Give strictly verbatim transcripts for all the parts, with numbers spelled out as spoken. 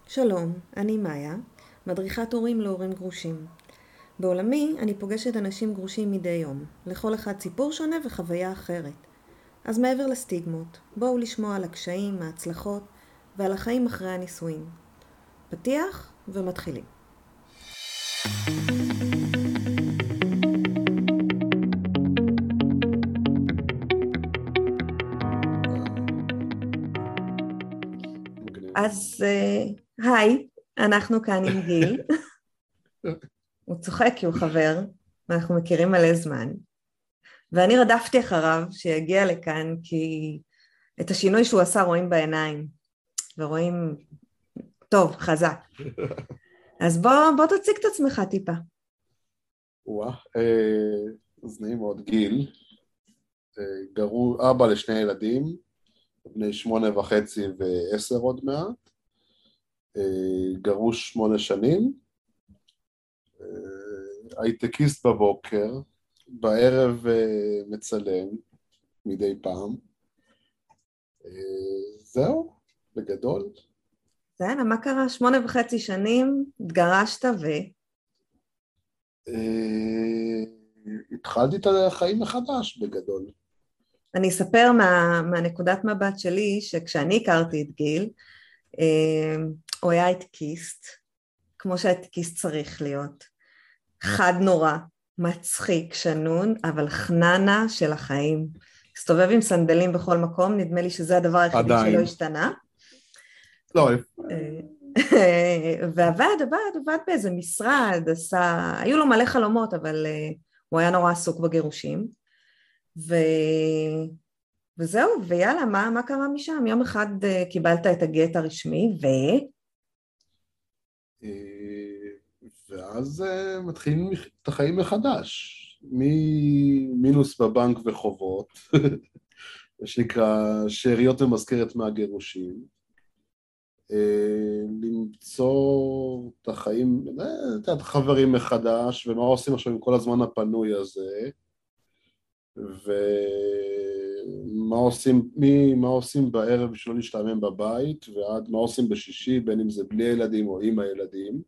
שלום, אני מאיה, מדריכת הורים להורים גרושים. בעולמי אני פוגשת אנשים גרושים מדי יום, לכל אחד סיפור שונה וחוויה אחרת. אז מעבר לסטיגמות, בואו לשמוע על הקשיים, ההצלחות ועל החיים אחרי הנישואים. פתיח ומתחילים. אז אה, היי, אנחנו כאן עם גיל. הוא צוחק כי הוא חבר, ואנחנו מכירים מלא זמן. ואני רדפתי אחריו שיגיע לכאן, כי את השינוי שהוא עשה רואים בעיניים, ורואים טוב, חזק. אז בוא, בוא תציג את עצמך טיפה. וואה, אז נעים מאוד, גיל, גרו אבא לשני ילדים, בני שמונה וחצי ועשר עוד מעט, גרוש שמונה שנים, הייטקיסט בבוקר, בערב מצלם מדי פעם, זהו, בגדול. בסדר, מה קרה? שמונה וחצי שנים, התגרשת ו... התחלתי את החיים מחדש בגדול. אני אספר מה, מהנקודת מבט שלי, שכשאני הכרתי את גיל, הוא היה הייטקיסט, כמו שהייטקיסט צריך להיות. חד נורא, מצחיק, שנון, אבל חננה של החיים. הסתובב עם סנדלים בכל מקום, נדמה לי שזה הדבר היחידי עדיין. שלא השתנה. לא, ועבד, עבד, עבד באיזה משרד, עשה, היו לו מלא חלומות, אבל uh, הוא היה נורא עסוק בגירושים, ו... וזהו, ויאללה, מה, מה קרה משם? יום אחד uh, קיבלת את הגט הרשמי, ו... ואז uh, מתחילים את החיים מחדש, ממינוס בבנק וחובות, שנקרא שאריות ומזכרת מהגירושים, למצוא את החיים, את החברים מחדש, ומה עושים עכשיו עם כל הזמן הפנוי הזה, ומה עושים, מי, מה עושים בערב בשביל לא להשתעמם בבית, ועד מה עושים בשישי, בין אם זה בלי ילדים או עם הילדים,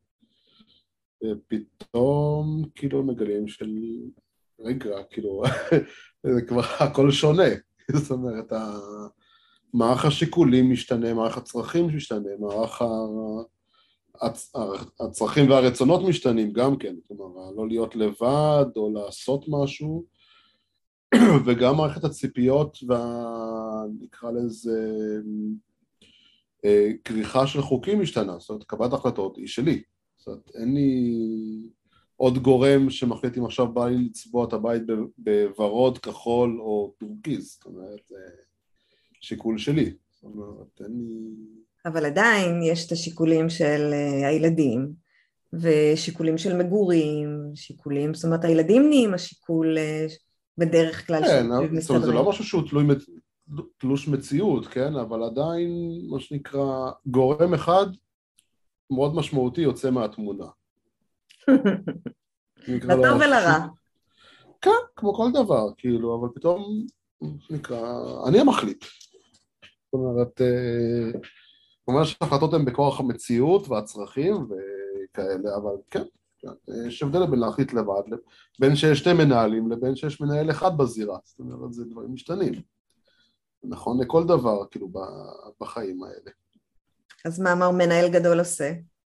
ופתאום כאילו מגלים של רגע, כאילו, זה כבר הכל שונה, זאת אומרת, מערך השיקולים משתנה, מערך הצרכים משתנה, מערך הצרכים והרצונות משתנים גם כן, כלומר, לא להיות לבד או לעשות משהו, וגם מערכת הציפיות ונקרא לזה כריכה של חוקים משתנה, זאת אומרת, קבלת החלטות היא שלי, זאת אומרת, אין לי עוד גורם שמחליט אם עכשיו בא לי לצבוע את הבית בוורוד, כחול או טורקיז, זאת אומרת, שיקול שלי. זאת אומרת, אין לי... אבל עדיין יש את השיקולים של הילדים, ושיקולים של מגורים, שיקולים, זאת אומרת, הילדים נהיים השיקול בדרך כלל כן, שמסתדרים. זאת אומרת, זה לא משהו שהוא תלוי, תלוש מציאות, כן? אבל עדיין, מה שנקרא, גורם אחד מאוד משמעותי יוצא מהתמונה. לטוב ולרע. כן, כמו כל דבר, כאילו, אבל פתאום, מה שנקרא, אני המחליט. זאת אומרת, כלומר שההחלטות הן בכוח המציאות והצרכים וכאלה, אבל כן, יש הבדל בין להחליט לבד, בין שיש שתי מנהלים לבין שיש מנהל אחד בזירה, זאת אומרת, זה דברים משתנים. נכון לכל דבר, כאילו, בחיים האלה. אז מה אמר מנהל גדול עושה?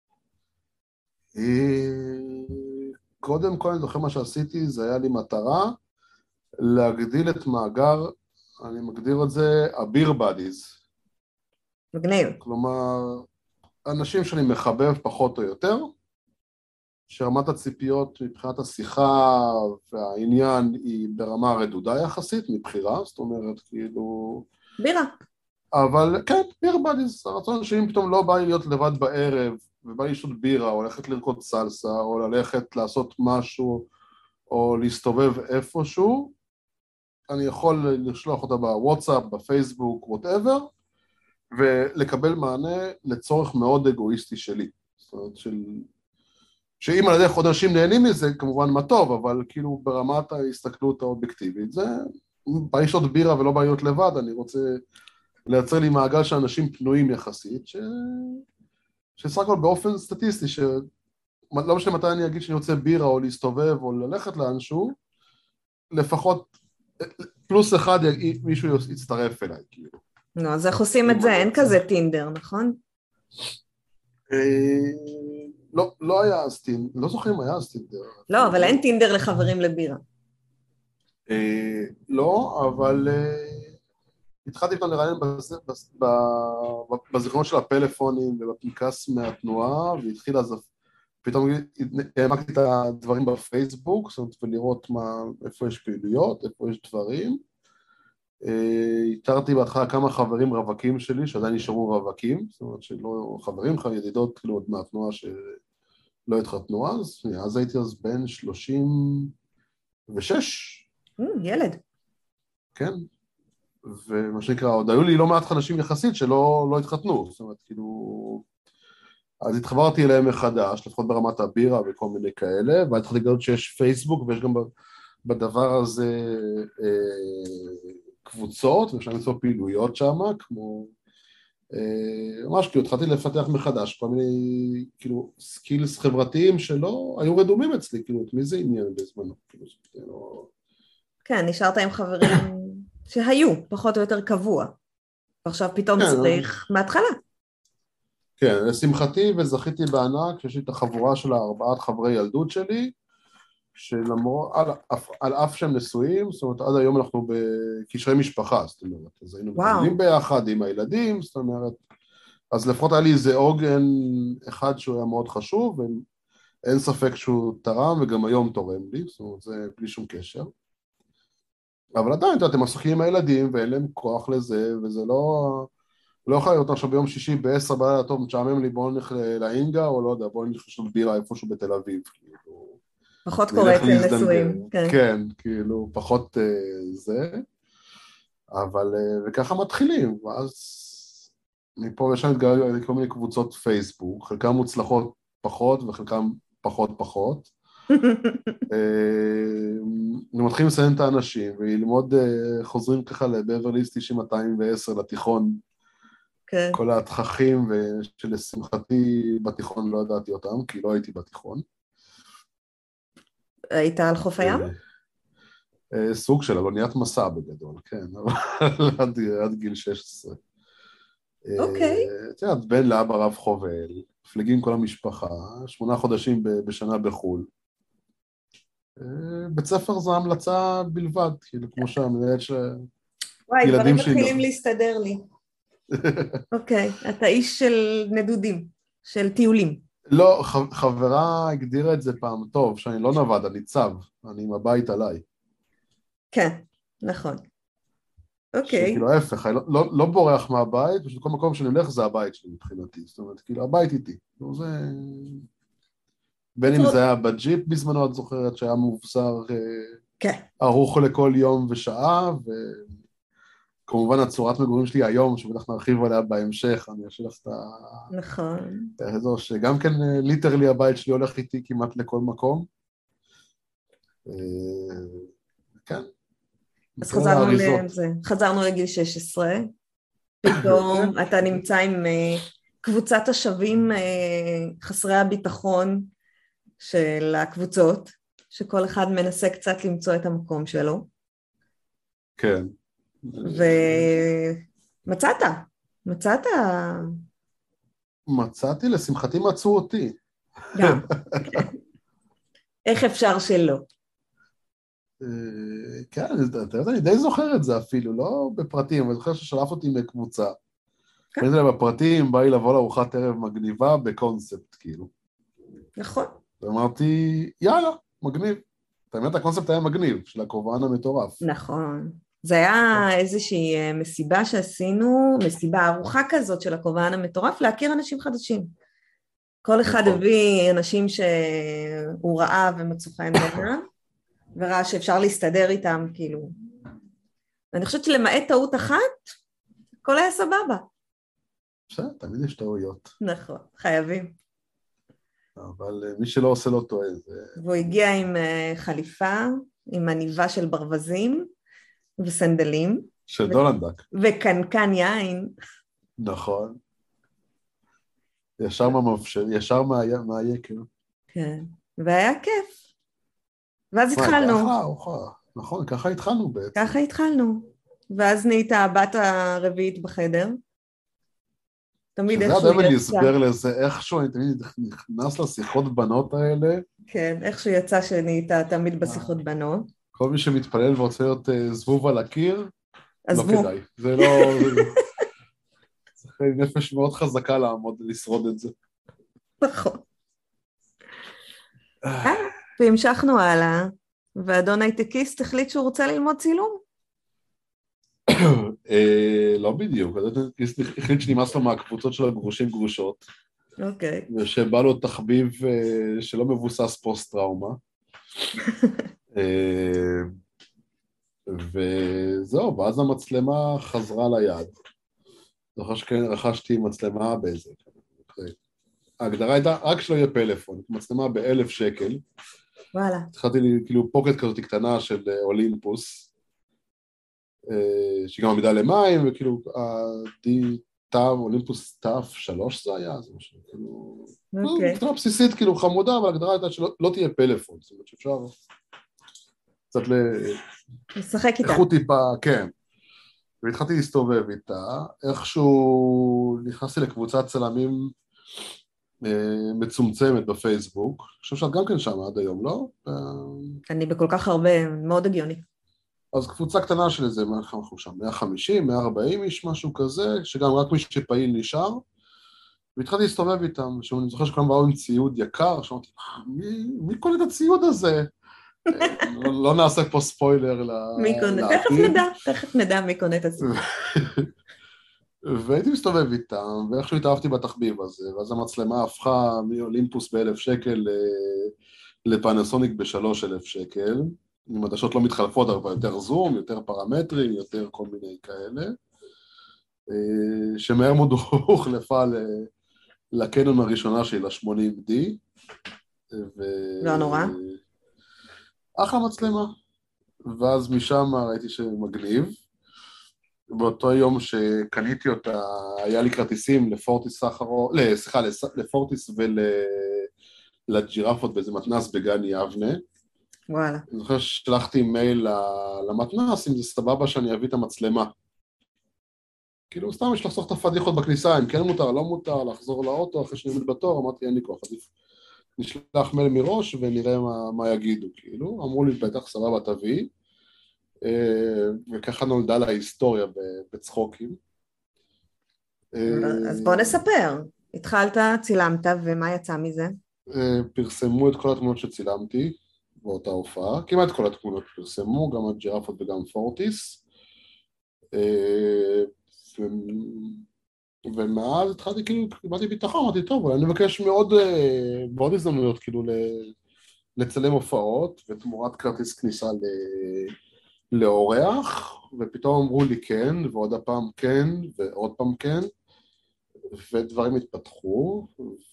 קודם כל, אני זוכר מה שעשיתי, זה היה לי מטרה להגדיל את מאגר, אני מגדיר את זה, הביר בדיז. מגניב. כלומר, אנשים שאני מחבב פחות או יותר, שרמת הציפיות מבחינת השיחה והעניין היא ברמה רדודה יחסית, מבחירה, זאת אומרת, כאילו... בירה. אבל כן, ביר בדיז, הרצון שאם פתאום לא בא לי להיות לבד בערב, ובא לי לשתות בירה, או ללכת לרקוד סלסה, או ללכת לעשות משהו, או להסתובב איפשהו, אני יכול לשלוח אותה בוואטסאפ, בפייסבוק, whatever, ולקבל מענה לצורך מאוד אגואיסטי שלי. זאת אומרת, של... שאם על ידי עוד אנשים נהנים מזה, כמובן מה טוב, אבל כאילו ברמת ההסתכלות האובייקטיבית, זה בא לשתות בירה ולא בא להיות לבד, אני רוצה לייצר לי מעגל של אנשים פנויים יחסית, ש... שסך הכל באופן סטטיסטי, שלא משנה מתי אני אגיד שאני רוצה בירה, או להסתובב, או ללכת לאנשהו, לפחות פלוס אחד מישהו יצטרף אליי, כאילו. נו, אז איך עושים את זה? אין כזה טינדר, נכון? לא, לא היה אז טינדר, לא זוכר אם היה אז טינדר. לא, אבל אין טינדר לחברים לבירה. לא, אבל התחלתי איתו לראיין בזיכרונות של הפלאפונים ובפנקס מהתנועה, והתחיל אז פתאום העמקתי את הדברים בפייסבוק, זאת אומרת, ולראות איפה יש פעילויות, איפה יש דברים. התארתי בהתחלה כמה חברים רווקים שלי, שעדיין נשארו רווקים, זאת אומרת שלא חברים, ידידות כאילו עוד מהתנועה שלא התחתנו אז, אז הייתי אז בן שלושים ושש. ילד. כן, ומה שנקרא, עוד היו לי לא מעט אנשים יחסית שלא לא התחתנו, זאת אומרת כאילו, אז התחברתי אליהם מחדש, לפחות ברמת הבירה וכל מיני כאלה, והתחלתי לגלות שיש פייסבוק, ויש גם בדבר הזה קבוצות, ואפשר למצוא פעילויות שם, כמו, ממש כאילו, התחלתי לפתח מחדש, כל מיני, כאילו, סקילס חברתיים שלא, היו רדומים אצלי, כאילו, את מי זה עניין בזמנו, כאילו, זה לא... כן, נשארת עם חברים שהיו, פחות או יותר קבוע, ועכשיו פתאום צריך מההתחלה. כן, לשמחתי וזכיתי בענק, שיש לי את החבורה של ארבעת חברי ילדות שלי, שלמרות, על, על אף שהם נשואים, זאת אומרת, עד היום אנחנו בקשרי משפחה, זאת אומרת, אז היינו מתקבלים ביחד עם הילדים, זאת אומרת, אז לפחות היה לי איזה עוגן אחד שהוא היה מאוד חשוב, ואין ספק שהוא תרם, וגם היום תורם לי, זאת אומרת, זה בלי שום קשר. אבל עדיין, אתם עסוקים עם הילדים, ואין להם כוח לזה, וזה לא... לא יכול להיות עכשיו ביום שישי בעשר בלילה, טוב, משעמם לי, בואו נלך לאינגה, או לא יודע, בואו נלך לשנות בירה איפשהו בתל אביב, כאילו... פחות קורה אצל נשואים, כן. כן, כאילו, פחות זה, אבל, וככה מתחילים, ואז מפה ושם התגלגלו כל מיני קבוצות פייסבוק, חלקם מוצלחות פחות, וחלקם פחות פחות. ומתחילים לסיים את האנשים, וללמוד, חוזרים ככה לבברליס תשעים מאתיים ועשר לתיכון, כן. כל התככים, ושלשמחתי בתיכון לא ידעתי אותם, כי לא הייתי בתיכון. היית על חוף הים? סוג של אלוניית מסע בגדול, כן, עד, עד גיל שש עשרה. אוקיי. את יודעת, בן לאבא רב חובל, פלגים כל המשפחה, שמונה חודשים בשנה בחול. בית ספר זו המלצה בלבד, כאילו כמו שהמנהלת של... וואי, דברים מתחילים להסתדר לי. אוקיי, אתה איש של נדודים, של טיולים. לא, חברה הגדירה את זה פעם טוב, שאני לא נווד, אני צב, אני עם הבית עליי. כן, נכון. אוקיי. שכאילו ההפך, לא, לא, לא בורח מהבית, פשוט כל מקום שאני הולך זה הבית שלי מבחינתי, זאת אומרת, כאילו הבית איתי. זה... בין אם זה היה בג'יפ בזמנו, את זוכרת שהיה מובזר כן. ערוך לכל יום ושעה, וכמובן הצורת מגורים שלי היום, שבטח נרחיב עליה בהמשך, אני אשאיר לך את ה... נכון. האזור שגם כן ליטרלי הבית שלי הולך איתי כמעט לכל מקום. כן. אז חזרנו לזה, חזרנו לגיל שש עשרה, פתאום אתה נמצא עם קבוצת השווים חסרי הביטחון של הקבוצות, שכל אחד מנסה קצת למצוא את המקום שלו. כן. ומצאת, מצאת... מצאתי, לשמחתי מצאו אותי. גם. איך אפשר שלא? כן, אני די זוכר את זה אפילו, לא בפרטים, אבל זוכר ששלף אותי מקבוצה. אני יודע, בפרטים בא לי לבוא לארוחת ערב מגניבה בקונספט, כאילו. נכון. ואמרתי, יאללה, מגניב. באמת הקונספט היה מגניב, של הקורבן המטורף. נכון. זה היה איזושהי מסיבה שעשינו, מסיבה ארוחה כזאת של הקורבן המטורף, להכיר אנשים חדשים. כל אחד הביא אנשים שהוא ראה ומצאו חן בעיניו, וראה שאפשר להסתדר איתם, כאילו. ואני חושבת שלמעט טעות אחת, הכל היה סבבה. בסדר, תמיד יש טעויות. נכון, חייבים. אבל מי שלא עושה לא טועה. והוא הגיע עם חליפה, עם עניבה של ברווזים, וסנדלים. של דולנדק. וקנקן יין. נכון. ישר מהמפשל, ישר מהיקר. כן, והיה כיף. ואז מה, התחלנו. אחלה ארוחה. נכון, ככה התחלנו בעצם. ככה התחלנו. ואז נהייתה הבת הרביעית בחדר. תמיד שזה איכשהו עד אבל יצא. יסבר לזה, איכשהו אני תמיד נכנס לשיחות בנות האלה. כן, איכשהו יצא שנהייתה תמיד בשיחות בנות. כל מי שמתפלל ורוצה להיות זבוב על הקיר, לא כדאי. זה לא... צריך נפש מאוד חזקה לעמוד ולשרוד את זה. נכון. והמשכנו הלאה, ואדון הייטקיסט החליט שהוא רוצה ללמוד צילום. לא בדיוק, אדון הייטקיסט החליט שנמאס לו מהקבוצות של הגרושים גרושות. אוקיי. ושבא לו תחביב שלא מבוסס פוסט-טראומה. וזהו, ואז המצלמה חזרה ליד. זוכר שכן רכשתי מצלמה באיזה... ההגדרה הייתה רק שלא יהיה פלאפון, מצלמה באלף שקל. וואלה. התחלתי לי כאילו פוקט כזאת קטנה של אולימפוס, שגם עמידה למים, וכאילו די טאב, אולימפוס טאף שלוש זה היה, זה משהו, כאילו... אוקיי. קטנה בסיסית, כאילו חמודה, אבל ההגדרה הייתה שלא תהיה פלאפון, זאת אומרת שאפשר קצת ל... לשחק איתה. איכות טיפה, כן. והתחלתי להסתובב איתה, איכשהו נכנסתי לקבוצת צלמים מצומצמת בפייסבוק, אני חושב שאת גם כן שם עד היום, לא? אני בכל כך הרבה, מאוד הגיוני. אז קבוצה קטנה של איזה, מה אנחנו שם, מאה וחמישים, מאה וארבעים איש, משהו כזה, שגם רק מי שפעיל נשאר, והתחלתי להסתובב איתם, שאני זוכר שכולם באו עם ציוד יקר, שאמרתי, מי, מי קונה את הציוד הזה? לא, לא נעשה פה ספוילר לעתיד. תכף נדע, תכף נדע מי קונה את הציוד. והייתי מסתובב איתם, ואיכשהו התאהבתי בתחביב הזה, ואז המצלמה הפכה מאולימפוס באלף שקל לפנסוניק בשלוש אלף שקל, עם עדשות לא מתחלפות, אבל יותר זום, יותר פרמטרים, יותר כל מיני כאלה, שמהר מאוד הוחלפה לקנון הראשונה שלי, ל-שמונים די. לא נורא. אחלה מצלמה. ואז משם ראיתי שמגניב. באותו יום שקניתי אותה, היה לי כרטיסים לפורטיס סחרו, סליחה, לפורטיס ולג'ירפות באיזה מתנס בגן יבנה. וואלה. אני זוכר ששלחתי מייל למתנס, אם זה סבבה שאני אביא את המצלמה. כאילו, סתם יש לחסוך את הפדיחות בכניסה, אם כן מותר, לא מותר, לחזור לאוטו אחרי שאני עומד בתור, אמרתי, אין לי כוח, עדיף. נשלח מייל מראש ונראה מה, מה יגידו, כאילו. אמרו לי, בטח סבבה תביא. וככה נולדה לה היסטוריה בצחוקים. אז בוא נספר. התחלת, צילמת, ומה יצא מזה? פרסמו את כל התמונות שצילמתי באותה הופעה, כמעט כל התמונות פרסמו, גם הג'ירפות וגם פורטיס. ומאז התחלתי, כאילו, קיבלתי ביטחון, אמרתי, טוב, אני מבקש מאוד, מאוד הזדמנויות, כאילו, לצלם הופעות, ותמורת כרטיס כניסה ל... לאורח, ופתאום אמרו לי כן, ועוד הפעם כן, ועוד פעם כן, ודברים התפתחו,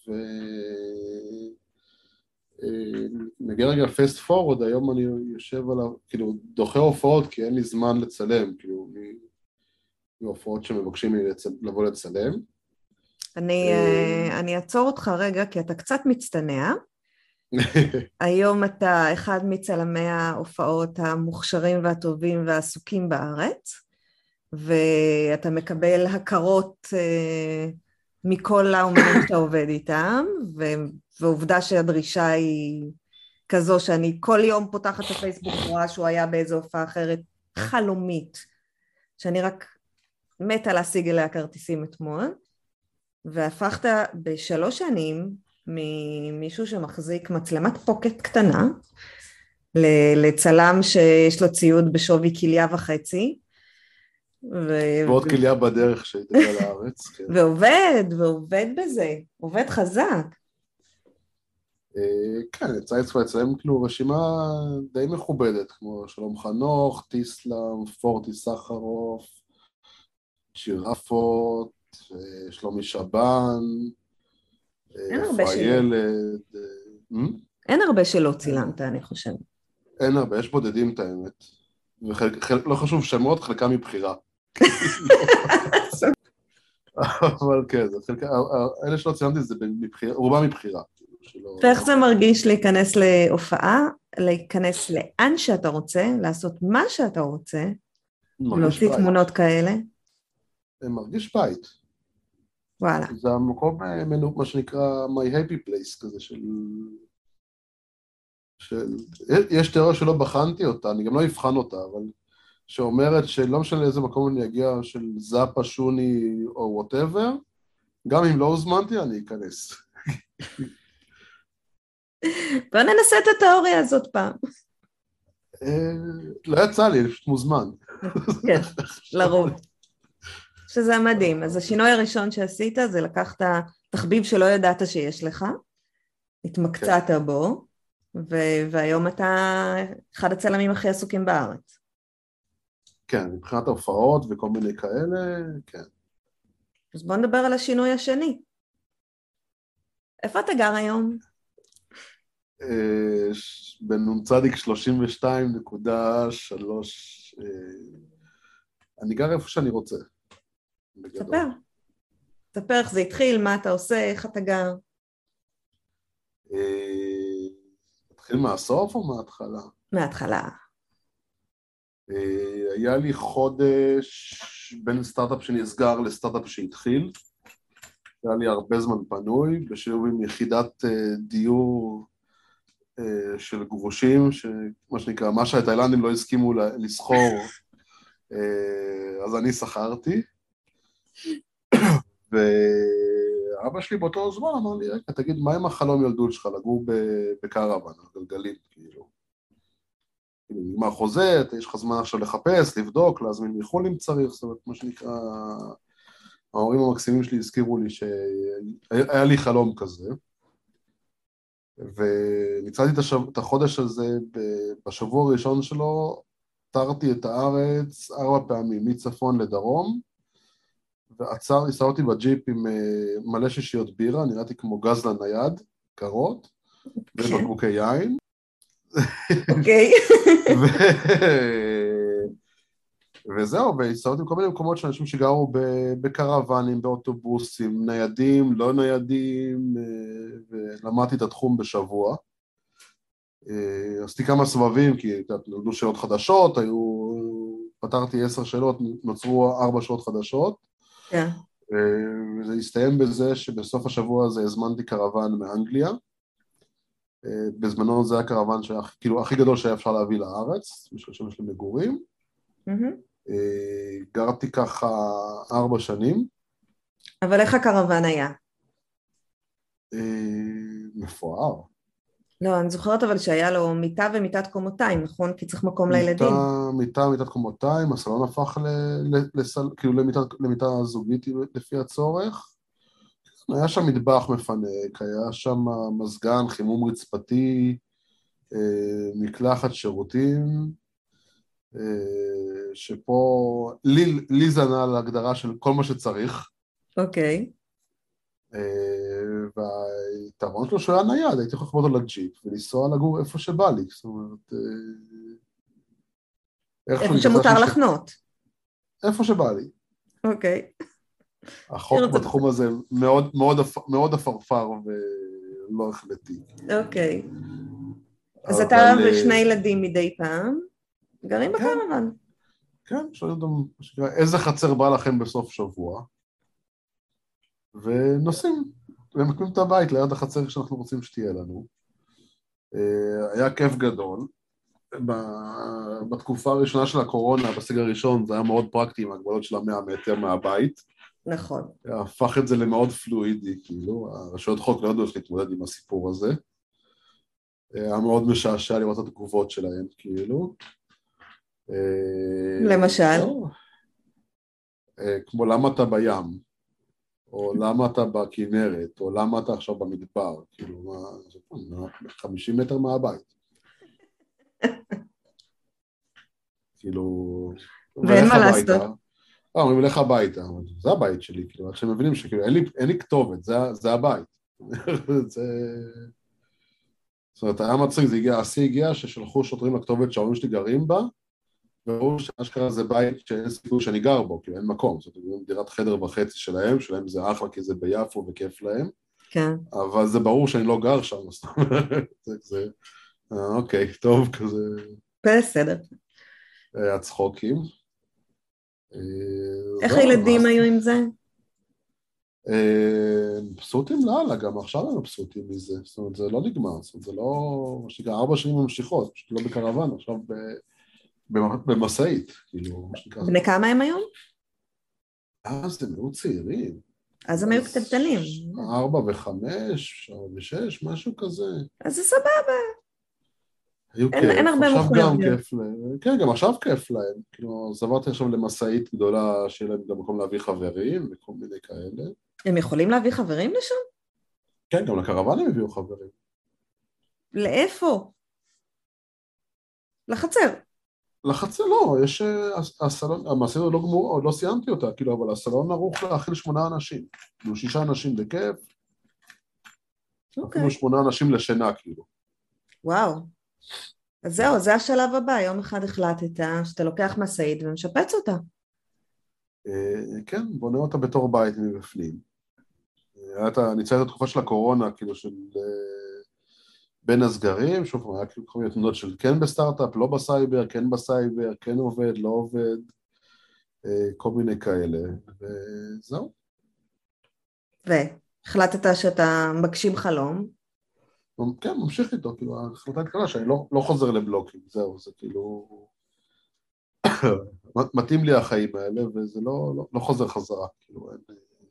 ונגיע רגע פסט פורוד, היום אני יושב עליו, כאילו, דוחה הופעות, כי אין לי זמן לצלם, כאילו, מהופעות שמבקשים לי לבוא לצלם. אני, אני אעצור אותך רגע, כי אתה קצת מצטנע. היום אתה אחד מצלמי ההופעות המוכשרים והטובים והעסוקים בארץ, ואתה מקבל הכרות מכל האומנים שאתה עובד איתם, ועובדה שהדרישה היא כזו שאני כל יום פותחת את הפייסבוק רואה שהוא היה באיזו הופעה אחרת חלומית, שאני רק מתה להשיג אליה כרטיסים אתמול, והפכת בשלוש שנים ממישהו שמחזיק מצלמת פוקט קטנה, לצלם שיש לו ציוד בשווי כליה וחצי. ועוד כליה בדרך שהתגלה לארץ. ועובד, ועובד בזה, עובד חזק. כן, יצא אצלם כאילו רשימה די מכובדת, כמו שלום חנוך, טיסלם, פורטיס סחרוף, ג'ירפות, שלומי שבן, איפה הילד. אין הרבה שלא צילמת, אני חושבת. אין הרבה, יש בודדים את האמת. ולא חשוב שמות, חלקם מבחירה. אבל כן, זה חלק, אלה שלא ציינתי זה מבחירה, רובם מבחירה. שלא... ואיך זה מרגיש להיכנס להופעה, להיכנס לאן שאתה רוצה, לעשות מה שאתה רוצה, מרגיש ולהוציא בית. תמונות כאלה? מרגיש בית. וואלה. זה המקום, מה שנקרא my happy place כזה של... של... יש תיאוריה שלא בחנתי אותה, אני גם לא אבחן אותה, אבל שאומרת שלא משנה לאיזה מקום אני אגיע, של זאפה, שוני או whatever, גם אם לא הוזמנתי, אני אכנס. בוא ננסה את התיאוריה הזאת פעם. לא יצא לי, אני פשוט מוזמן. כן, לרוב. שזה מדהים. אז השינוי הראשון שעשית זה לקחת תחביב שלא ידעת שיש לך, התמקצעת בו, והיום אתה אחד הצלמים הכי עסוקים בארץ. כן, מבחינת ההופעות וכל מיני כאלה, כן. אז בוא נדבר על השינוי השני. איפה אתה גר היום? בנ"צ שלושים ושתיים נקודה שלוש, אני גר איפה שאני רוצה. ספר. ספר איך זה התחיל, מה אתה עושה, איך אתה גר. התחיל מהסוף או מההתחלה? מההתחלה. היה לי חודש בין סטארט-אפ שנסגר לסטארט-אפ שהתחיל. היה לי הרבה זמן פנוי, בשילוב עם יחידת דיור של גרושים, שמה שנקרא, מה שהתאילנדים לא הסכימו לסחור, אז אני שכרתי. ואבא שלי באותו זמן אמר לי, רגע, תגיד, מה עם החלום ילדות שלך, לגור בקרוון, גלגלים, כאילו. נגמר חוזה, יש לך זמן עכשיו לחפש, לבדוק, להזמין מחול אם צריך, זאת אומרת, מה שנקרא, ההורים המקסימים שלי הזכירו לי שהיה לי חלום כזה, וניצלתי את החודש הזה, בשבוע הראשון שלו, תרתי את הארץ ארבע פעמים, מצפון לדרום, ועצר, ניסה אותי בג'יפ עם מלא שישיות בירה, נראיתי כמו גזלן נייד, קרות, ובקבוקי יין. אוקיי. וזהו, והסתובבתי בכל מיני מקומות של אנשים שגרו בקרוונים, באוטובוסים, ניידים, לא ניידים, ולמדתי את התחום בשבוע. עשיתי כמה סבבים, כי נולדו שאלות חדשות, היו, פתרתי עשר שאלות, נוצרו ארבע שאלות חדשות. כן. וזה הסתיים בזה שבסוף השבוע הזה הזמנתי קרוון מאנגליה. בזמנו זה היה קרוון שהיה, כאילו, הכי גדול שהיה אפשר להביא לארץ, בשביל שמש למגורים. Mm-hmm. גרתי ככה ארבע שנים. אבל איך הקרוון היה? מפואר. לא, אני זוכרת אבל שהיה לו מיטה ומיטת קומותיים, נכון? כי צריך מקום לילדים. מיטה ומיטת קומותיים, הסלון הפך כאילו למיטה זוגית לפי הצורך. היה שם מטבח מפנק, היה שם מזגן, חימום רצפתי, מקלחת שירותים, שפה לי, לי זה ענה על ההגדרה של כל מה שצריך. אוקיי. והיתרון שלו שהוא היה נייד, הייתי יכול לחמוד אותו לג'יפ ולנסוע לגור איפה שבא לי, זאת אומרת... איפה שמותר לחנות. איפה שבא לי. אוקיי. החוק בתחום הזה מאוד, מאוד, מאוד אפרפר ולא החלטי. אוקיי. אז אתה ושני ילדים מדי פעם, גרים בקרוון. כן, שואלים אותם, איזה חצר בא לכם בסוף שבוע, ונוסעים, ומקמים את הבית ליד החצר שאנחנו רוצים שתהיה לנו. היה כיף גדול. בתקופה הראשונה של הקורונה, בסגר הראשון, זה היה מאוד פרקטי עם הגבלות של המאה מטר מהבית. נכון. הפך את זה למאוד פלואידי, כאילו, הרשויות חוק לא ידעו איך להתמודד עם הסיפור הזה. היה מאוד משעשע לראות את התגובות שלהם, כאילו. למשל? כמו למה אתה בים, או למה אתה בכנרת, או למה אתה עכשיו במדבר, כאילו, מה, חמישים מטר מהבית. כאילו... ואין מה לעשות. לא, אומרים לך הביתה, זה הבית שלי, כאילו, עד שהם מבינים שכאילו, אין לי, אין לי כתובת, זה, זה הבית. זה... זאת אומרת, היה מצחיק, זה הגיע, השיא הגיע ששלחו שוטרים לכתובת שההורים שלי גרים בה, וברור שאשכרה זה בית שאין סיכוי שאני גר בו, כי אין מקום, זאת אומרת, דירת חדר וחצי שלהם, שלהם זה אחלה כי זה ביפו וכיף להם, כן. אבל זה ברור שאני לא גר שם, זאת אומרת, זה, זה, אה, אוקיי, טוב, כזה, בסדר. היה צחוקים. אה, איך זהו, הילדים ואז- היו עם זה? אה, מבסוטים לאללה, גם עכשיו הם מבסוטים מזה, זאת אומרת, זה לא נגמר, זאת אומרת, זה לא, מה שנקרא, ארבע שנים ממשיכות, פשוט לא בקרוון, עכשיו ב... במסעית, כאילו, מה שנקרא. בני כמה הם היום? אז הם היו צעירים. אז הם היו קטנטנים. ארבע וחמש, ארבע ושש, משהו כזה. אז זה סבבה. היו אין, כיף, אין הרבה עכשיו גם מחויבויות. כיף להם. כן, גם עכשיו כיף להם. כאילו, אז עברתי עכשיו למסעית גדולה, שיהיה להם גם מקום להביא חברים, וכל מיני כאלה. הם יכולים להביא חברים לשם? כן, גם לקרוון הם הביאו חברים. לאיפה? לחצר. לחצר לא, יש... אה, הסלון, המסעית עוד לא גמור, עוד לא סיימתי אותה, כאילו, אבל הסלון ערוך להכיל שמונה אנשים. כאילו, שישה אנשים בכיף, אוקיי. אפילו שמונה אנשים לשינה, כאילו. וואו. אז זהו, זה השלב הבא. יום אחד החלטת שאתה לוקח מסעית ומשפץ אותה. אה, כן, בונה אותה בתור בית מבפנים. היה את ה- ניצל את התקופה של הקורונה, כאילו של אה, בין הסגרים, שוב, היה כאילו כל מיני תנודות של כן בסטארט-אפ, לא בסייבר, כן בסייבר, כן עובד, לא עובד, אה, כל מיני כאלה, וזהו. והחלטת שאתה מגשים חלום. כן, ממשיך איתו, כאילו, ההחלטה התקלה שאני לא, לא חוזר לבלוקים, זהו, זה כאילו... מתאים לי החיים האלה, וזה לא, לא, לא חוזר חזרה, כאילו, אין...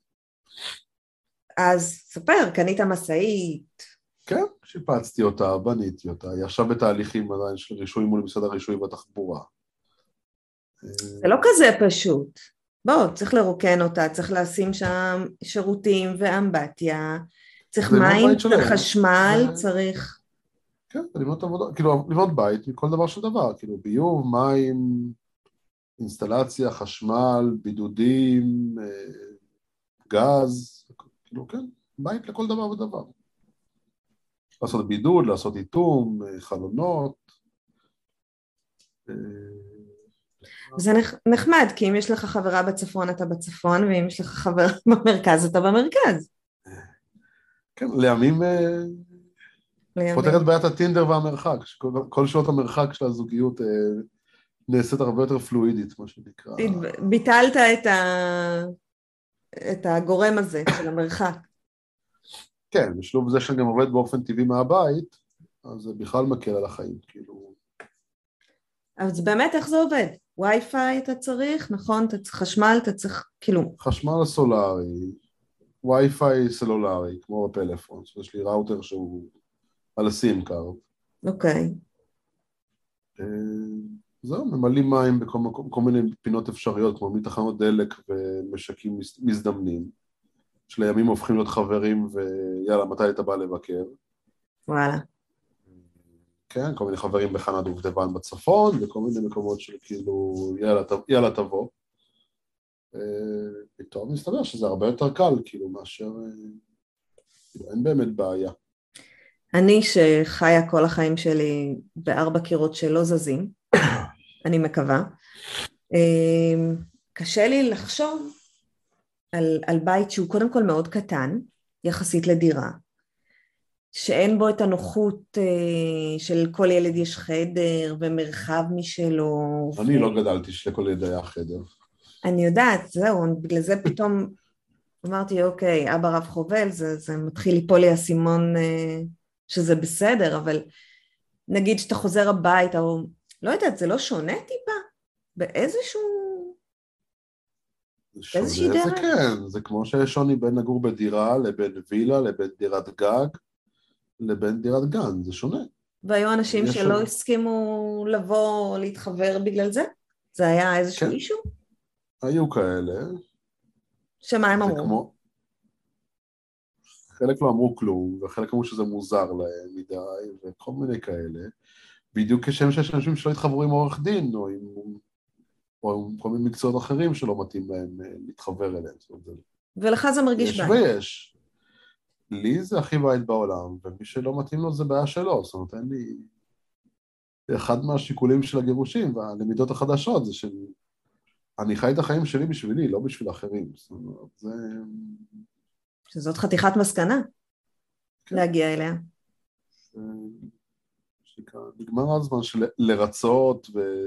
אז ספר, קנית מסעית. כן, שיפצתי אותה, בניתי אותה, היא עכשיו בתהליכים עדיין של רישוי מול משרד הרישוי והתחבורה. זה לא כזה פשוט. בוא, צריך לרוקן אותה, צריך לשים שם שירותים ואמבטיה, צריך זה לבנות מים, בית צריך שלם. חשמל, זה- צריך... כן, זה לבנות עבודה, כאילו, לבנות בית מכל דבר של דבר, כאילו, ביוב, מים, אינסטלציה, חשמל, בידודים, אה, גז, כאילו, כן, בית לכל דבר ודבר. לעשות בידוד, לעשות איתום, אה, חלונות. אה, זה נח- נחמד, כי אם יש לך חברה בצפון אתה בצפון, ואם יש לך חברה במרכז אתה במרכז. כן, לימים אה, לימים. פותר את בעיית הטינדר והמרחק, שכל כל שעות המרחק של הזוגיות אה, נעשית הרבה יותר פלואידית, מה שנקרא. ביטלת את, ה... את הגורם הזה של המרחק. כן, בשלוב זה שאני גם עובד באופן טבעי מהבית, אז זה בכלל מקל על החיים, כאילו. אז באמת איך זה עובד? וי-פיי אתה צריך, נכון? אתה צריך חשמל, אתה צריך, כאילו... חשמל סולארי, וי-פיי סלולרי, כמו בפלאפון, יש לי ראוטר שהוא על הסים קארד. אוקיי. זהו, ממלאים מים בכל מקום, כל מיני פינות אפשריות, כמו מתחנות דלק ומשקים מזדמנים, שלימים הופכים להיות חברים, ויאללה, מתי אתה בא לבקר? וואלה. כן, כל מיני חברים בחנה דובדבן בצפון, וכל מיני מקומות של כאילו, יאללה, יאללה תבוא. פתאום מסתבר שזה הרבה יותר קל, כאילו, מאשר... כאילו, אין באמת בעיה. אני שחיה כל החיים שלי בארבע קירות שלא זזים, אני מקווה, קשה לי לחשוב על, על בית שהוא קודם כל מאוד קטן, יחסית לדירה, שאין בו את הנוחות של כל ילד יש חדר ומרחב משלו. אני ו... לא גדלתי שלכל ילד היה חדר. אני יודעת, זהו, בגלל זה פתאום אמרתי, אוקיי, אבא רב חובל, זה, זה מתחיל ליפול לי הסימון שזה בסדר, אבל נגיד שאתה חוזר הביתה, או לא יודעת, זה לא שונה טיפה? באיזשהו... באיזושהי זה, דרך? זה כן, זה כמו שיש שוני בין לגור בדירה, לבין וילה, לבין דירת גג, לבין דירת גן, זה שונה. והיו אנשים שלא שונה. הסכימו לבוא או להתחבר בגלל זה? זה היה איזשהו כן. אישו? היו כאלה. שמה הם אמרו? כמו... חלק לא אמרו כלום, וחלק אמרו שזה מוזר להם מדי, וכל מיני כאלה. בדיוק כשם שיש אנשים שלא התחברו עם עורך דין, או עם, או עם כל מיני מקצועות אחרים שלא מתאים להם להתחבר אליהם. ולך זה מרגיש יש בית? ויש. לי זה הכי בית בעולם, ומי שלא מתאים לו זה בעיה שלו, זאת אומרת, אין לי... אחד מהשיקולים של הגירושים והלמידות החדשות זה שאני חי את החיים שלי בשבילי, לא בשביל אחרים. זאת אומרת, זה... שזאת חתיכת מסקנה, כן. להגיע אליה. נגמר הזמן של לרצות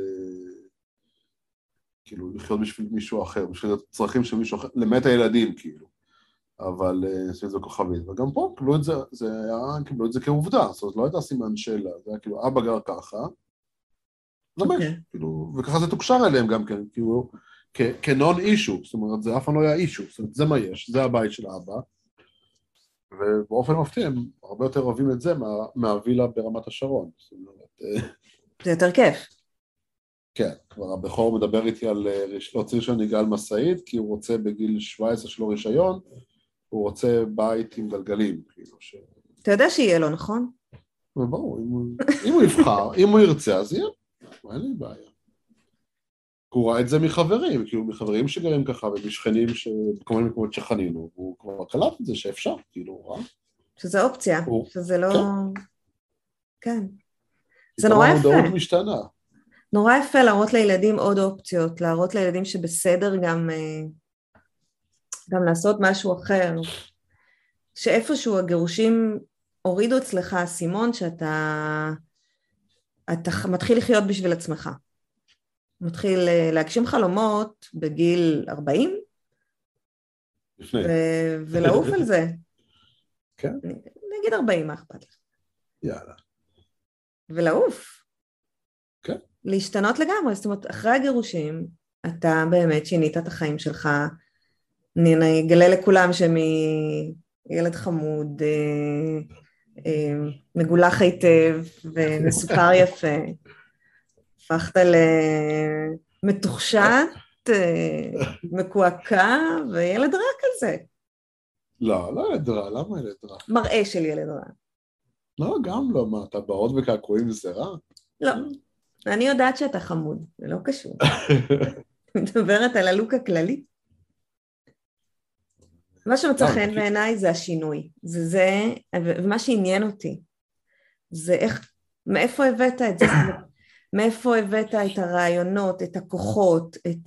וכאילו לחיות בשביל מישהו אחר, בשביל הצרכים של מישהו אחר, למעט הילדים כאילו, אבל עשיתי את זה כוכבית, וגם פה קיבלו את זה, זה היה, קיבלו את זה כעובדה, זאת אומרת, לא הייתה סימן שאלה, זה היה כאילו, אבא גר ככה, ממש, כאילו, וככה זה תוקשר אליהם גם כן, כאילו, כנון אישו, זאת אומרת, זה אף פעם לא היה אישו, זאת אומרת, זה מה יש, זה הבית של אבא, ובאופן מפתיע הם הרבה יותר אוהבים את זה מה, מהווילה ברמת השרון. זה יותר כיף. כן, כבר הבכור מדבר איתי על להוציא רישיון נהיגה על משאית, כי הוא רוצה בגיל שבע עשרה שלו רישיון, הוא רוצה בית עם גלגלים. כאילו ש... אתה יודע שיהיה לו, נכון? וברור, אם הוא, אם הוא יבחר, אם הוא ירצה, אז יהיה, אין לי בעיה. הוא ראה את זה מחברים, כאילו מחברים שגרים ככה, ומשכנים שכל מיני מקומות שחנינו, והוא כבר קלט את זה שאפשר, כאילו, ראה. שזה אופציה, הוא... שזה לא... כן. כן. זה נורא יפה. המודעות משתנה. נורא יפה להראות לילדים עוד אופציות, להראות לילדים שבסדר גם, גם לעשות משהו אחר. שאיפשהו הגירושים הורידו אצלך סימון שאתה אתה מתחיל לחיות בשביל עצמך. מתחיל להגשים חלומות בגיל ארבעים, לפני. ו- ולעוף על זה. כן. נגיד ארבעים, מה אכפת לך? יאללה. ולעוף. כן. להשתנות לגמרי, זאת אומרת, אחרי הגירושים, אתה באמת שינית את החיים שלך, אני אגלה לכולם שמילד חמוד, אה, אה, מגולח היטב ומסופר יפה, הפכת למתוחשת, מקועקע, וילד רע כזה. לא, לא ילד רע, למה ילד רע? מראה של ילד רע. לא, גם לא, מה, אתה בעוד וקעקועים וזה רע? לא, אני יודעת שאתה חמוד, זה לא קשור. מדברת על הלוק הכללי. מה שמצא חן בעיניי זה השינוי, זה זה, ומה שעניין אותי, זה איך, מאיפה הבאת את זה, מאיפה הבאת את הרעיונות, את הכוחות, את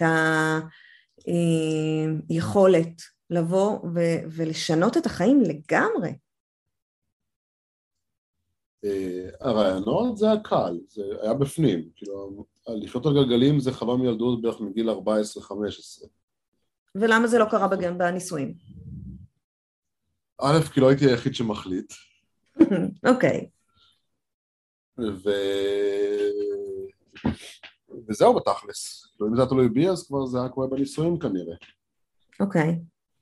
היכולת לבוא ולשנות את החיים לגמרי. הרעיונות זה הקל, זה היה בפנים, כאילו, לחיות על גלגלים זה חווה מילדות בערך מגיל ארבע עשרה חמש עשרה. ולמה זה לא קרה בנישואים? א', כי לא הייתי היחיד שמחליט. אוקיי. ו... וזהו בתכלס. אם זה היה תלוי בי, אז כבר זה היה קורה בנישואים כנראה. אוקיי.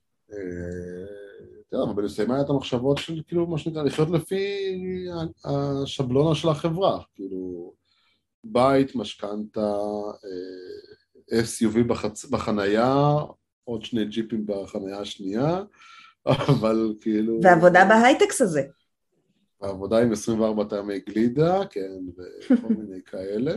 תראה, אבל בנישואים היה את המחשבות של, כאילו, מה שנקרא, לחיות לפי השבלונה של החברה. כאילו, בית, משכנתה, אס יו וי בחנייה, עוד שני ג'יפים בחנייה השנייה, אבל כאילו... ועבודה בהייטקס הזה. העבודה עם עשרים וארבע טעמי גלידה, כן, וכל מיני כאלה.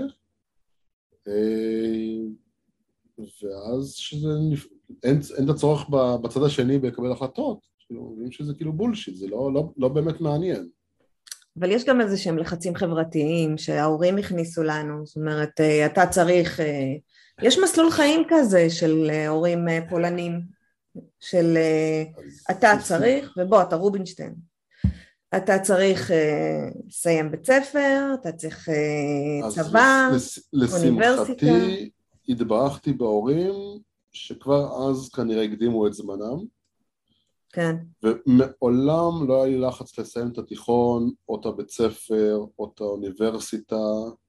ואז שזה... אין, אין את הצורך בצד השני בקבל החלטות, כאילו, שזה כאילו בולשיט, זה לא, לא, לא באמת מעניין. אבל יש גם איזה שהם לחצים חברתיים שההורים הכניסו לנו, זאת אומרת, אתה צריך... יש מסלול חיים כזה של הורים פולנים, של אתה צריך, ובוא, אתה רובינשטיין. אתה צריך לסיים בית ספר, אתה צריך צבא, אוניברסיטה. לשמחתי, התברכתי בהורים שכבר אז כנראה הקדימו את זמנם. כן. ומעולם לא היה לי לחץ לסיים את התיכון, או את הבית ספר, או את האוניברסיטה,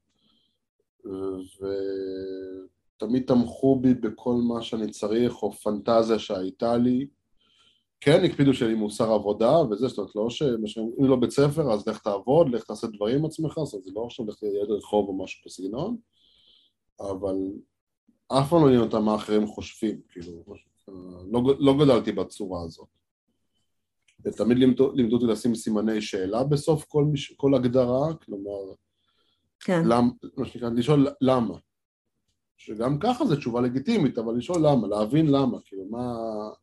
ותמיד תמכו בי בכל מה שאני צריך, או פנטזיה שהייתה לי. כן, הקפידו שלי מוסר עבודה, וזה, זאת אומרת, לא שאם לא בית ספר, אז לך תעבוד, לך תעשה דברים עם עצמך, זאת אומרת, זה לא עכשיו לך ליד רחוב או משהו בסגנון, אבל אף פעם לא עניין אותם מה אחרים חושבים, כאילו, לא, לא גדלתי בצורה הזאת. ותמיד לימדו, לימדו אותי לשים סימני שאלה בסוף כל, מש, כל הגדרה, כלומר, כן. למ, מה שנקרא, לשאול למה. שגם ככה זה תשובה לגיטימית, אבל לשאול למה, להבין למה, כאילו, מה...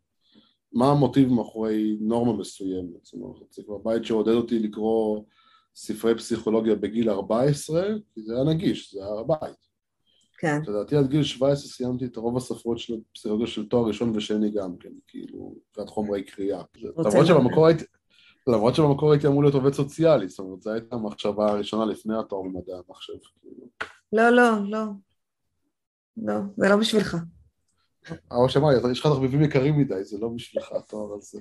מה המוטיב מאחורי נורמה מסוימת, זאת אומרת, זה כבר בית שעודד אותי לקרוא ספרי פסיכולוגיה בגיל ארבע עשרה, כי זה היה נגיש, זה היה הבית. כן. לדעתי עד גיל שבע עשרה סיימתי את רוב הספרות של פסיכולוגיה של תואר ראשון ושני גם כן, כאילו, קראת חומרי קריאה. למרות שבמקור הייתי, למרות שבמקור הייתי אמור להיות עובד סוציאלי, זאת אומרת, זו הייתה המחשבה הראשונה לפני התואר במדעי המחשב. לא, לא, לא. לא, זה לא בשבילך. אבל שמע, יש לך תחביבים יקרים מדי, זה לא בשבילך התואר הזה.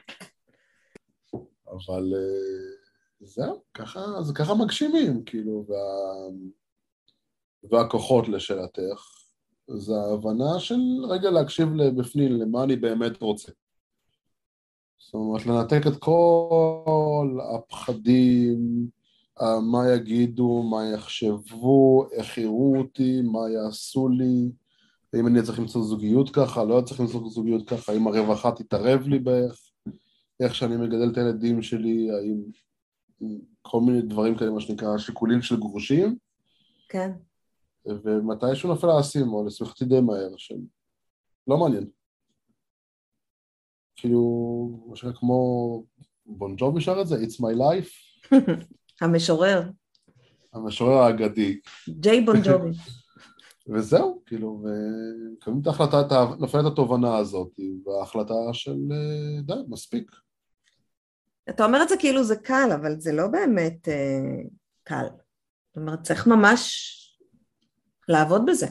אבל זהו, ככה, זה ככה מגשימים, כאילו, וה... והכוחות לשאלתך, זה ההבנה של רגע להקשיב לבפנים, למה אני באמת רוצה. זאת אומרת, לנתק את כל הפחדים, מה יגידו, מה יחשבו, איך יראו אותי, מה יעשו לי, האם אני צריך למצוא זוגיות ככה, לא צריך למצוא זוגיות ככה, האם הרווחה תתערב לי באיך, איך שאני מגדל את הילדים שלי, האם כל מיני דברים כאלה, מה שנקרא, שיקולים של גרושים. כן. ומתישהו נופל העשים, או לשמחתי די מהר, שלא מעניין. כאילו, משהו כמו בון ג'ובי שר את זה, It's my life. המשורר. המשורר האגדי. ג'יי בון ג'ובי. וזהו, כאילו, וכמובן את ההחלטה, נופלת התובנה הזאת, וההחלטה של די, מספיק. אתה אומר את זה כאילו זה קל, אבל זה לא באמת אה, קל. זאת אומרת, צריך ממש לעבוד בזה.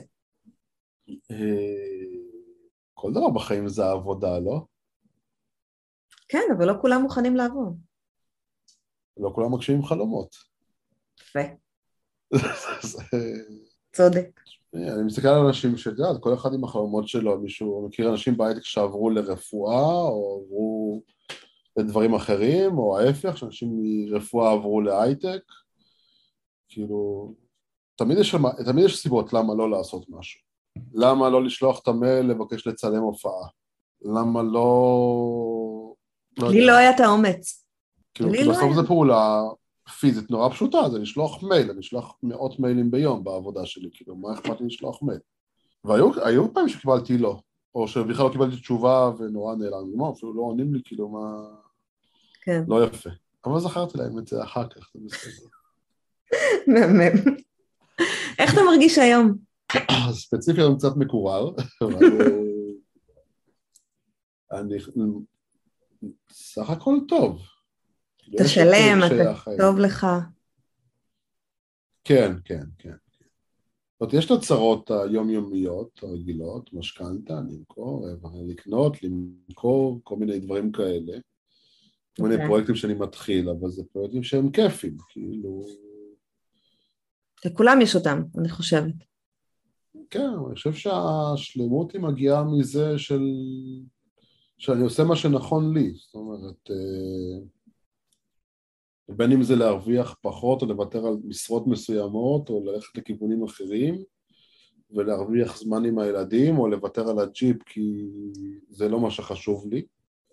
כל דבר בחיים זה העבודה, לא? כן, אבל לא כולם מוכנים לעבוד. לא כולם מגשימים חלומות. יפה. צודק. אני מסתכל על אנשים שדעת, כל אחד עם החלומות שלו, מישהו מכיר אנשים בהייטק שעברו לרפואה, או עברו לדברים אחרים, או ההפך, שאנשים מרפואה עברו להייטק. כאילו, תמיד יש, תמיד יש סיבות למה לא לעשות משהו. למה לא לשלוח את המייל לבקש לצלם הופעה? למה לא... לי לא היה את האומץ. כאילו, כי בסוף זו פעולה פיזית נורא פשוטה, זה לשלוח מייל, אני אשלח מאות מיילים ביום בעבודה שלי, כאילו, מה אכפת לי לשלוח מייל? והיו פעמים שקיבלתי לא, או שבכלל לא קיבלתי תשובה ונורא נעלם, מה, אפילו לא עונים לי, כאילו, מה... כן. לא יפה. אבל זכרתי להם את זה אחר כך, זה בסדר. מהמם. איך אתה מרגיש היום? ספציפית אני קצת מקורר, אבל אני סך הכל טוב. אתה שלם, אתה טוב לך. כן, כן, כן. זאת אומרת, יש את הצרות היומיומיות, הרגילות, משכנתה, למכור, לקנות, למכור, כל מיני דברים כאלה. כל מיני פרויקטים שאני מתחיל, אבל זה פרויקטים שהם כיפים, כאילו... לכולם יש אותם, אני חושבת. כן, אני חושב שהשלמות היא מגיעה מזה של... שאני עושה מה שנכון לי, זאת אומרת, בין אם זה להרוויח פחות או לוותר על משרות מסוימות או ללכת לכיוונים אחרים ולהרוויח זמן עם הילדים או לוותר על הג'יפ כי זה לא מה שחשוב לי,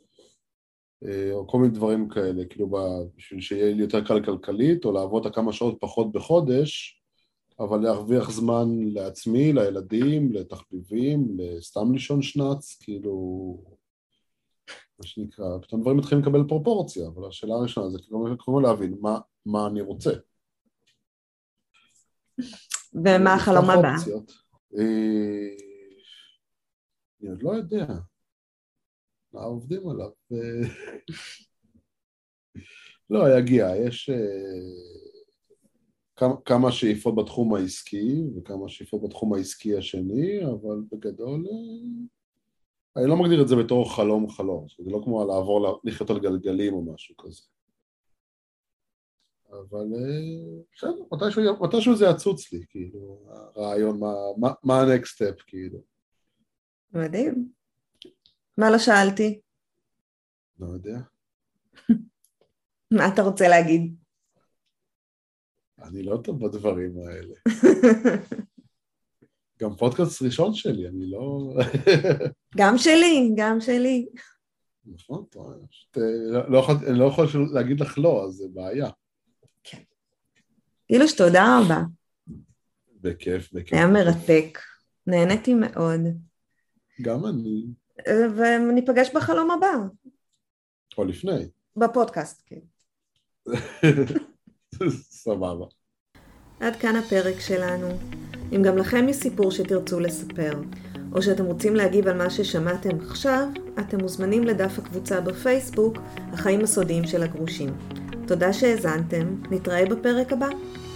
או כל מיני דברים כאלה, כאילו בשביל שיהיה לי יותר קל כלכלית או לעבוד כמה שעות פחות בחודש, אבל להרוויח זמן לעצמי, לילדים, לתחביבים, לסתם לישון שנץ, כאילו... מה שנקרא, פתאום דברים מתחילים לקבל פרופורציה, אבל השאלה הראשונה זה כמו להבין מה, מה אני רוצה. ומה החלום הבא? אני עוד לא יודע. מה עובדים עליו? לא, יגיע, יש כמה שאיפות בתחום העסקי, וכמה שאיפות בתחום העסקי השני, אבל בגדול... אני לא מגדיר את זה בתור חלום חלום, זה לא כמו לעבור לחיות על גלגלים או משהו כזה. אבל בסדר, מתישהו, מתישהו זה יצוץ לי, כאילו, הרעיון, מה, מה, מה ה-next step, כאילו. מדהים. מה לא שאלתי? לא יודע. מה אתה רוצה להגיד? אני לא טוב בדברים האלה. גם פודקאסט ראשון שלי, אני לא... גם שלי, גם שלי. נכון, אני לא יכול להגיד לך לא, אז זה בעיה. כן. כאילו שתודה רבה. בכיף, בכיף. היה מרתק, נהניתי מאוד. גם אני. וניפגש בחלום הבא. או לפני. בפודקאסט, כן. סבבה. עד כאן הפרק שלנו. אם גם לכם יש סיפור שתרצו לספר, או שאתם רוצים להגיב על מה ששמעתם עכשיו, אתם מוזמנים לדף הקבוצה בפייסבוק, החיים הסודיים של הגרושים. תודה שהאזנתם, נתראה בפרק הבא.